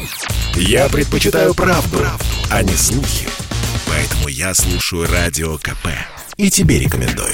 Я предпочитаю правду, а не слухи. Поэтому я слушаю Радио КП. И тебе рекомендую.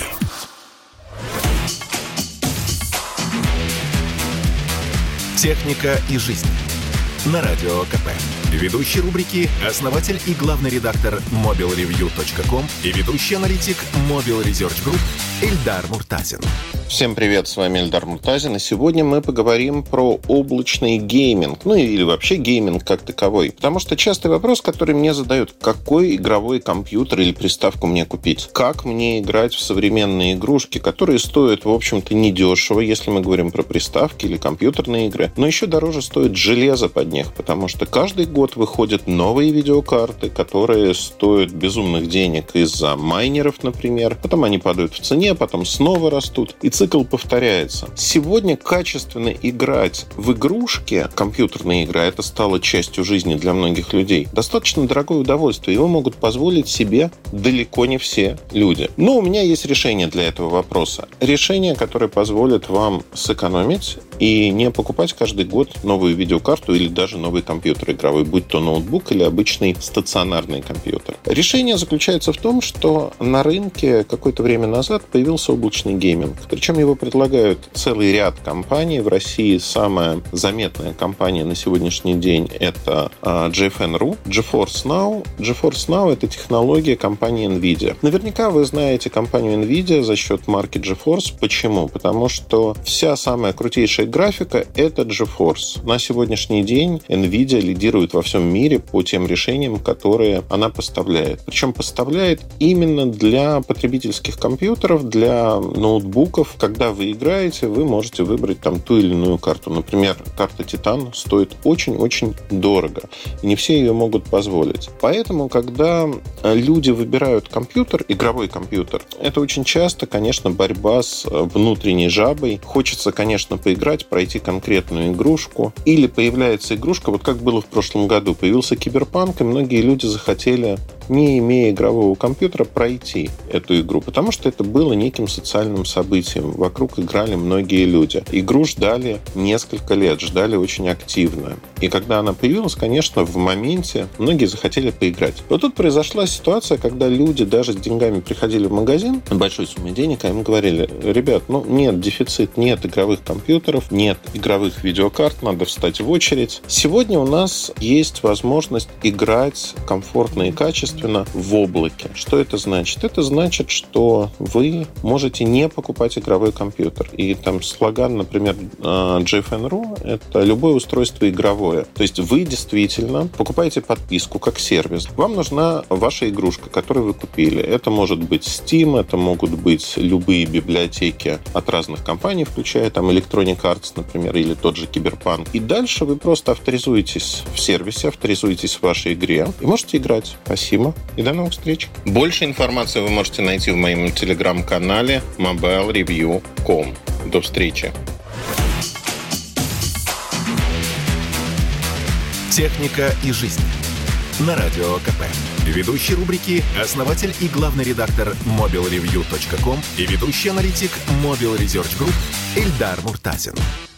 «Техника и жизнь» на Радио КП. Ведущий рубрики — основатель и главный редактор mobilreview.com и ведущий аналитик Mobile Research Group Эльдар Муртазин. Всем привет, с вами Эльдар Муртазин, и сегодня мы поговорим про облачный гейминг, или вообще гейминг как таковой. Потому что частый вопрос, который мне задают: какой игровой компьютер или приставку мне купить? Как мне играть в современные игрушки, которые стоят, в общем-то, недешево, если мы говорим про приставки или компьютерные игры, но еще дороже стоит железо под них, потому что каждый год выходят новые видеокарты, которые стоят безумных денег из-за майнеров, например. Потом они падают в цене, потом снова растут. И цикл повторяется. Сегодня качественно играть в игрушки, компьютерные игры, это стало частью жизни для многих людей, достаточно дорогое удовольствие. Его могут позволить себе далеко не все люди. Но у меня есть решение для этого вопроса. Решение, которое позволит вам сэкономить и не покупать каждый год новую видеокарту или даже новый компьютер игровой, будь то ноутбук или обычный стационарный компьютер. Решение заключается в том, что на рынке какое-то время назад появился облачный гейминг. Причем его предлагают целый ряд компаний. В России самая заметная компания на сегодняшний день — это GFN.ru, GeForce Now. GeForce Now — это технология компании NVIDIA. Наверняка вы знаете компанию NVIDIA за счет марки GeForce. Почему? Потому что вся самая крутейшая графика — это GeForce. На сегодняшний день NVIDIA лидирует во всем мире по тем решениям, которые она поставляет. Причем поставляет именно для потребительских компьютеров, для ноутбуков. Когда вы играете, вы можете выбрать там ту или иную карту. Например, карта Titan стоит очень-очень дорого. И не все ее могут позволить. Поэтому, когда люди выбирают компьютер, игровой компьютер, это очень часто, конечно, борьба с внутренней жабой. Хочется, конечно, поиграть, пройти конкретную игрушку. Или появляется игрушка, вот как было в прошлом году. Появился Киберпанк, и многие люди захотели, не имея игрового компьютера, пройти эту игру, потому что это было неким социальным событием. Вокруг играли многие люди. Игру ждали несколько лет, ждали очень активно. И когда она появилась, конечно, в моменте многие захотели поиграть. Вот тут произошла ситуация, когда люди даже с деньгами приходили в магазин, большой суммой денег, а им говорили: ребят, нет, дефицит, нет игровых компьютеров, нет игровых видеокарт, надо встать в очередь. Сегодня у нас есть возможность играть комфортно и качественно в облаке. Что это значит? Это значит, что вы можете не покупать игровой компьютер. И там слоган, например, GFN.ru — это любое устройство игровое. То есть вы действительно покупаете подписку как сервис. Вам нужна ваша игрушка, которую вы купили. Это может быть Steam, это могут быть любые библиотеки от разных компаний, включая там Electronic Arts, например, или тот же Киберпанк. И дальше вы просто авторизуетесь в сервисе, авторизуетесь в вашей игре и можете играть. Спасибо. И до новых встреч. Больше информации вы можете найти в моем телеграм-канале mobilreview.com. До встречи. «Техника и жизнь» на Радио КП. Ведущий рубрики — основатель и главный редактор mobilreview.com и ведущий аналитик Mobile Research Group Эльдар Муртазин.